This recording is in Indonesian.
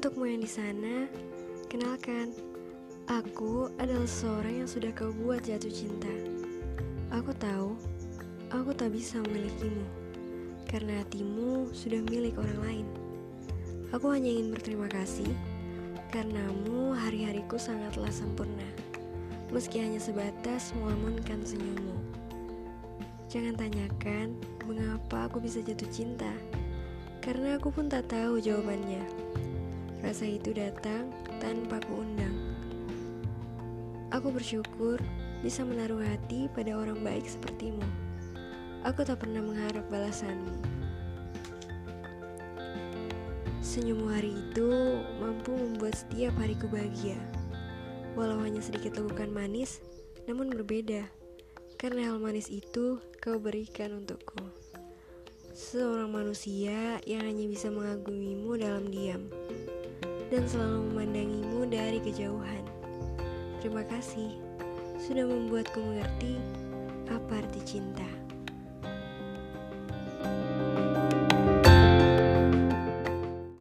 Untukmu yang di sana, kenalkan, aku adalah seseorang yang sudah kau buat jatuh cinta. Aku tahu, aku tak bisa memilikimu, karena hatimu sudah milik orang lain. Aku hanya ingin berterima kasih, karenamu hari-hariku sangatlah sempurna, meski hanya sebatas melamunkan senyummu. Jangan tanyakan mengapa aku bisa jatuh cinta, karena aku pun tak tahu jawabannya. Rasa itu datang tanpa kuundang. Aku bersyukur bisa menaruh hati pada orang baik sepertimu. Aku tak pernah mengharap balasanmu. Senyummu hari itu mampu membuat setiap hariku bahagia. Walau hanya sedikit tegukan manis, namun berbeda, karena hal manis itu kau berikan untukku. Seorang manusia yang hanya bisa mengagumimu dalam diam dan selalu memandangimu dari kejauhan. Terima kasih sudah membuatku mengerti apa arti cinta.